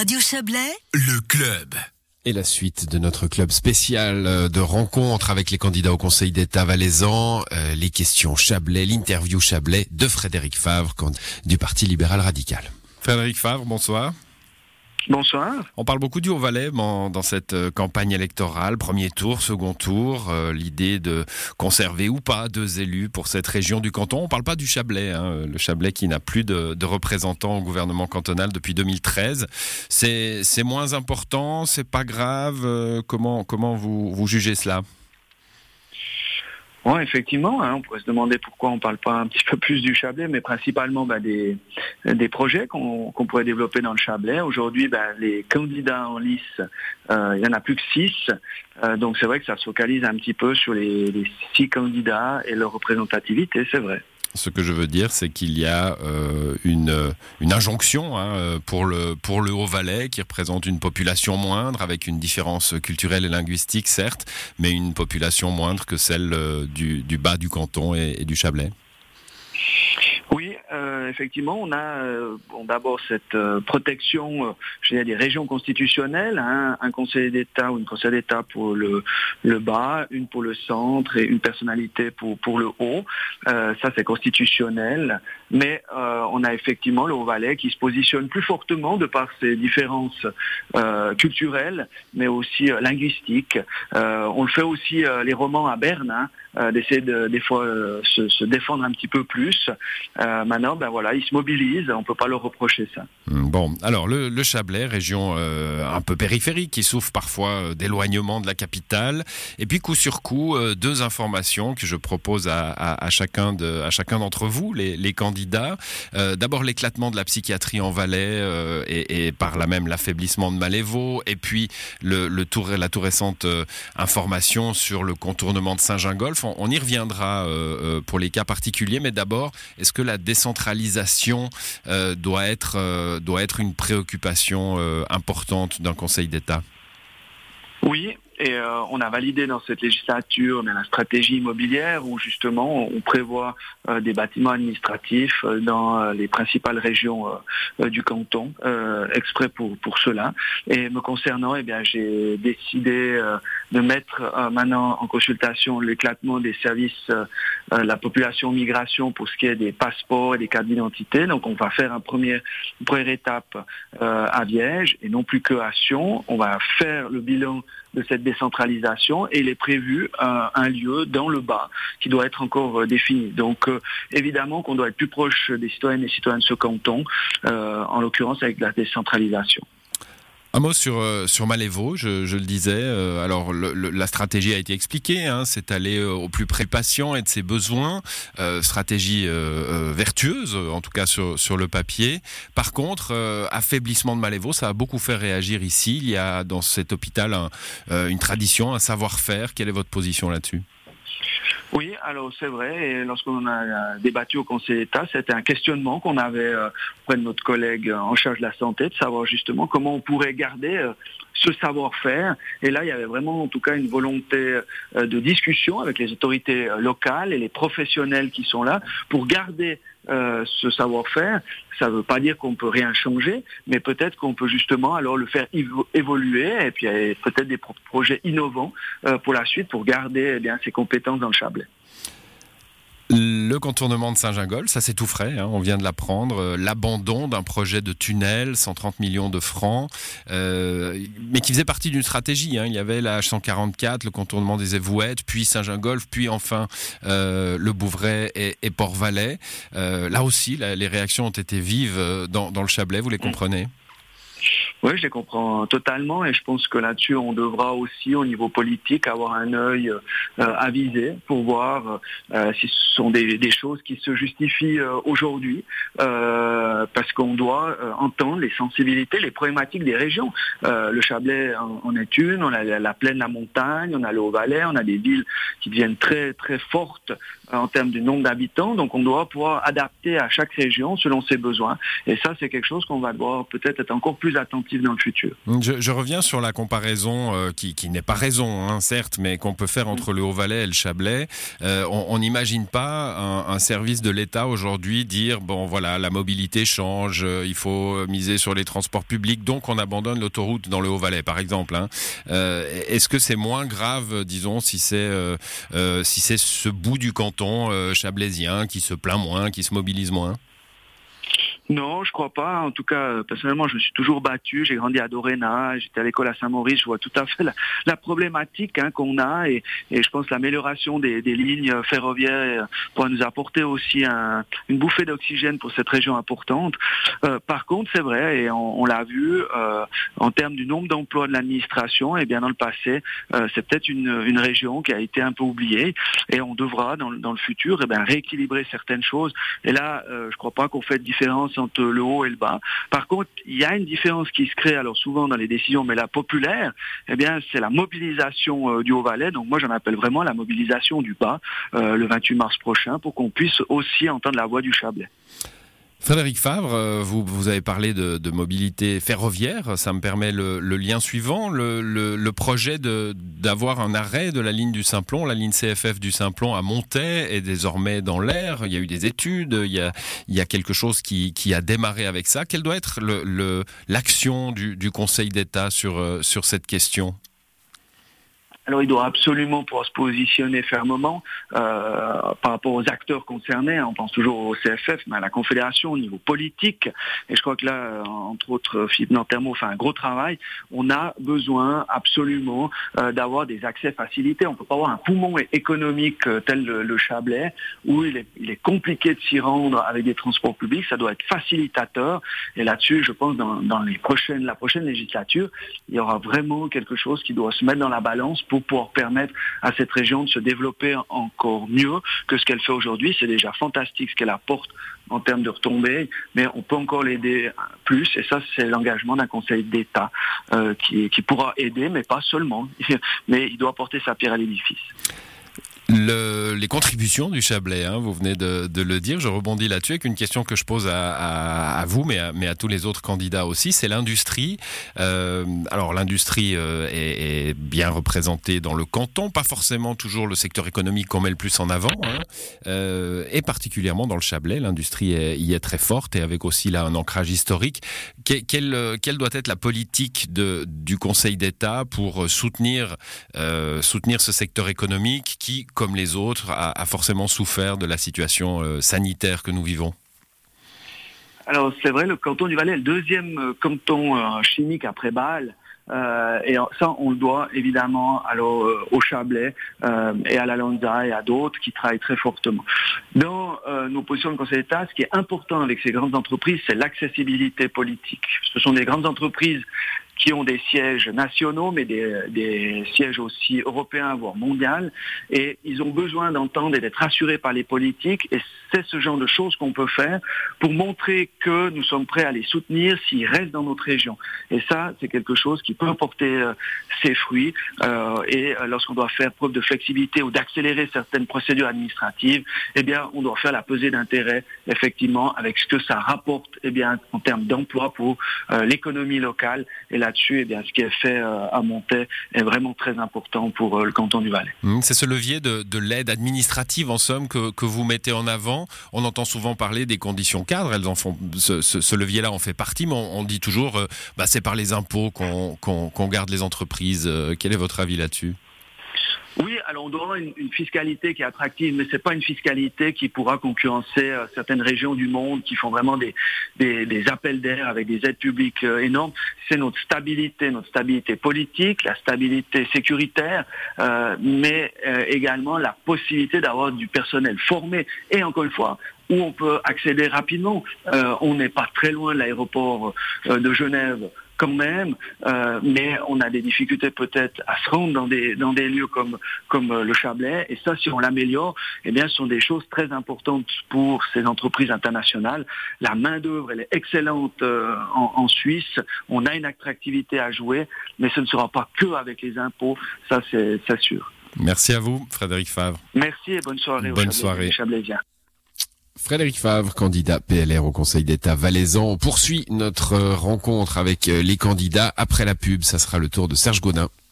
Radio Chablais, le club. Et la suite de notre club spécial de rencontres avec les candidats au Conseil d'État valaisan, les questions Chablais, l'interview Chablais de Frédéric Favre du Parti libéral radical. Frédéric Favre, bonsoir. Bonsoir. On parle beaucoup du Haut-Valais dans cette campagne électorale, premier tour, second tour, l'idée de conserver ou pas 2 élus pour cette région du canton. On ne parle pas du Chablais, le Chablais qui n'a plus de représentants au gouvernement cantonal depuis 2013. C'est moins important, c'est pas grave. Comment vous jugez cela ? Ouais, effectivement, on pourrait se demander pourquoi on ne parle pas un petit peu plus du Chablais, mais principalement des projets qu'on pourrait développer dans le Chablais. Aujourd'hui, les candidats en lice, il n'y en a plus que 6. Donc c'est vrai que ça se focalise un petit peu sur les 6 candidats et leur représentativité, c'est vrai. Ce que je veux dire, c'est qu'il y a une injonction pour le Haut-Valais qui représente une population moindre avec une différence culturelle et linguistique, certes, mais une population moindre que celle du bas du canton et du Chablais. Oui, effectivement, on a d'abord cette protection des régions constitutionnelles, un conseil d'État ou une conseil d'État pour le bas, une pour le centre et une personnalité pour le haut. Ça, c'est constitutionnel. Mais on a effectivement le Haut-Valais qui se positionne plus fortement de par ses différences culturelles, mais aussi linguistiques. On le fait aussi les romans à Berne, d'essayer des fois se défendre un petit peu plus. Maintenant, ils se mobilisent, on ne peut pas leur reprocher ça. Bon, alors le Chablais, région un peu périphérique, qui souffre parfois d'éloignement de la capitale. Et puis coup sur coup, 2 informations que je propose à chacun d'entre vous, les candidats. D'abord l'éclatement de la psychiatrie en Valais et par là même l'affaiblissement de Malévo. Et puis la tout récente information sur le contournement de Saint-Gingolph. On y reviendra pour les cas particuliers, mais d'abord, est-ce que la décentralisation doit être une préoccupation importante d'un Conseil d'État ? Oui, et on a validé dans cette législature la stratégie immobilière où justement on prévoit des bâtiments administratifs dans les principales régions du canton, exprès pour cela. Et me concernant, j'ai décidé de mettre maintenant en consultation l'éclatement des services la population migration pour ce qui est des passeports et des cartes d'identité. Donc on va faire une première étape à Viège et non plus que à Sion. On va faire le bilan de cette décentralisation et il est prévu un lieu dans le bas qui doit être encore défini. Donc évidemment qu'on doit être plus proche des citoyennes et citoyens de ce canton, en l'occurrence avec la décentralisation. Un mot sur Malévo, je le disais. Alors la stratégie a été expliquée, c'est aller au plus près du patient et de ses besoins. Stratégie vertueuse, en tout cas sur le papier. Par contre, affaiblissement de Malévo, ça a beaucoup fait réagir ici. Il y a dans cet hôpital une tradition, un savoir-faire. Quelle est votre position là-dessus ? Oui, alors c'est vrai, et lorsqu'on a débattu au Conseil d'État, c'était un questionnement qu'on avait auprès de notre collègue en charge de la santé, de savoir justement comment on pourrait garder ce savoir-faire. Et là, il y avait vraiment en tout cas une volonté de discussion avec les autorités locales et les professionnels qui sont là pour garder ce savoir-faire. Ça ne veut pas dire qu'on ne peut rien changer, mais peut-être qu'on peut justement alors le faire évoluer et puis peut-être des projets innovants pour la suite pour garder ces compétences dans le Chablais. Le contournement de Saint-Gingolph, ça c'est tout frais, on vient de l'apprendre. L'abandon d'un projet de tunnel, 130 millions de francs, mais qui faisait partie d'une stratégie. Il y avait la H144, le contournement des Évouettes, puis Saint-Gingolph, puis enfin le Bouvray et Port-Valais. Là aussi, les réactions ont été vives dans le Chablais, vous les comprenez ? Oui, je les comprends totalement et je pense que là-dessus, on devra aussi, au niveau politique, avoir un œil avisé pour voir si ce sont des choses qui se justifient aujourd'hui, parce qu'on doit entendre les sensibilités, les problématiques des régions. Le Chablais en est une, on a la plaine, la montagne, on a le Haut-Valais, on a des villes qui deviennent très très fortes en termes du nombre d'habitants, donc on doit pouvoir adapter à chaque région selon ses besoins. Et ça, c'est quelque chose qu'on va devoir peut-être être encore plus attentif administrative dans le futur. Je reviens sur la comparaison qui n'est pas raison, hein, certes, mais qu'on peut faire entre le Haut-Valais et le Chablais. On n'imagine pas un service de l'État aujourd'hui dire bon voilà, la mobilité change, il faut miser sur les transports publics, donc on abandonne l'autoroute dans le Haut-Valais, par exemple. Hein. Est-ce que c'est moins grave, disons, si c'est ce bout du canton chablaisien qui se plaint moins, qui se mobilise moins? Non, je crois pas. En tout cas, personnellement, je me suis toujours battu. J'ai grandi à Doréna, j'étais à l'école à Saint-Maurice. Je vois tout à fait la problématique qu'on a et je pense que l'amélioration des lignes ferroviaires pourra nous apporter aussi une bouffée d'oxygène pour cette région importante. Par contre, c'est vrai, et on l'a vu, en termes du nombre d'emplois de l'administration, et bien dans le passé, c'est peut-être une région qui a été un peu oubliée et on devra, dans le futur, rééquilibrer certaines choses. Et là, je crois pas qu'on fait de différence entre le haut et le bas. Par contre, il y a une différence qui se crée alors souvent dans les décisions, mais la populaire, c'est la mobilisation du Haut-Valais. Donc moi, j'en appelle vraiment la mobilisation du bas le 28 mars prochain pour qu'on puisse aussi entendre la voix du Chablais. Frédéric Favre, vous avez parlé de mobilité ferroviaire. Ça me permet le lien suivant, le projet d'avoir un arrêt de la ligne du Simplon. La ligne CFF du Simplon à Montaix est désormais dans l'air. Il y a eu des études, il y a quelque chose qui a démarré avec ça. Quelle doit être l'action du Conseil d'État sur cette question ? Alors, il doit absolument pouvoir se positionner fermement par rapport aux acteurs concernés. On pense toujours au CFF, mais à la Confédération au niveau politique. Et je crois que là, entre autres, Philippe Nantermo fait un gros travail. On a besoin absolument d'avoir des accès facilités. On ne peut pas avoir un poumon économique tel le Chablais, où il est compliqué de s'y rendre avec des transports publics. Ça doit être facilitateur. Et là-dessus, je pense, dans la prochaine législature, il y aura vraiment quelque chose qui doit se mettre dans la balance pour pouvoir permettre à cette région de se développer encore mieux que ce qu'elle fait aujourd'hui. C'est déjà fantastique ce qu'elle apporte en termes de retombées, mais on peut encore l'aider plus, et ça c'est l'engagement d'un Conseil d'État qui pourra aider, mais pas seulement, mais il doit porter sa pierre à l'édifice. Les contributions du Chablais, hein, vous venez de le dire, je rebondis là-dessus avec une question que je pose à vous, mais à tous les autres candidats aussi, c'est l'industrie. Alors l'industrie est bien représentée dans le canton, pas forcément toujours le secteur économique qu'on met le plus en avant, hein, et particulièrement dans le Chablais, l'industrie y est très forte et avec aussi là un ancrage historique. Quelle doit être la politique du Conseil d'État pour soutenir ce secteur économique qui, comme les autres, a forcément souffert de la situation sanitaire que nous vivons? Alors c'est vrai, le canton du Valais est le deuxième canton chimique après Bâle. Et ça, on le doit évidemment au Chablais et à la Lanza et à d'autres qui travaillent très fortement. Dans nos positions de Conseil d'État, ce qui est important avec ces grandes entreprises, c'est l'accessibilité politique. Ce sont des grandes entreprises qui ont des sièges nationaux, mais des sièges aussi européens, voire mondiaux, et ils ont besoin d'entendre et d'être assurés par les politiques, et c'est ce genre de choses qu'on peut faire pour montrer que nous sommes prêts à les soutenir s'ils restent dans notre région. Et ça, c'est quelque chose qui peut porter ses fruits, et lorsqu'on doit faire preuve de flexibilité ou d'accélérer certaines procédures administratives, eh bien, on doit faire la pesée d'intérêt, effectivement, avec ce que ça rapporte, eh bien, en termes d'emploi pour l'économie locale. Et là-dessus, eh bien, ce qui est fait à Montaix est vraiment très important pour le canton du Valais. C'est ce levier de l'aide administrative, en somme, que vous mettez en avant. On entend souvent parler des conditions cadres. Elles en font, ce levier-là en fait partie, mais on dit toujours c'est par les impôts qu'on garde les entreprises. Quel est votre avis là-dessus ? Oui, alors on doit avoir une fiscalité qui est attractive, mais c'est pas une fiscalité qui pourra concurrencer certaines régions du monde qui font vraiment des appels d'air avec des aides publiques énormes. C'est notre stabilité politique, la stabilité sécuritaire, mais également la possibilité d'avoir du personnel formé. Et encore une fois, où on peut accéder rapidement. On n'est pas très loin de l'aéroport de Genève quand même, mais on a des difficultés peut-être à se rendre dans des lieux comme le Chablais, et ça, si on l'améliore, eh bien, ce sont des choses très importantes pour ces entreprises internationales. La main-d'œuvre, elle est excellente en Suisse, on a une attractivité à jouer, mais ce ne sera pas que avec les impôts, ça c'est sûr. Merci à vous, Frédéric Favre. Merci et bonne soirée aux Chablaisiens. Frédéric Favre, candidat PLR au Conseil d'État valaisan. On poursuit notre rencontre avec les candidats après la pub. Ça sera le tour de Serge Gaudin.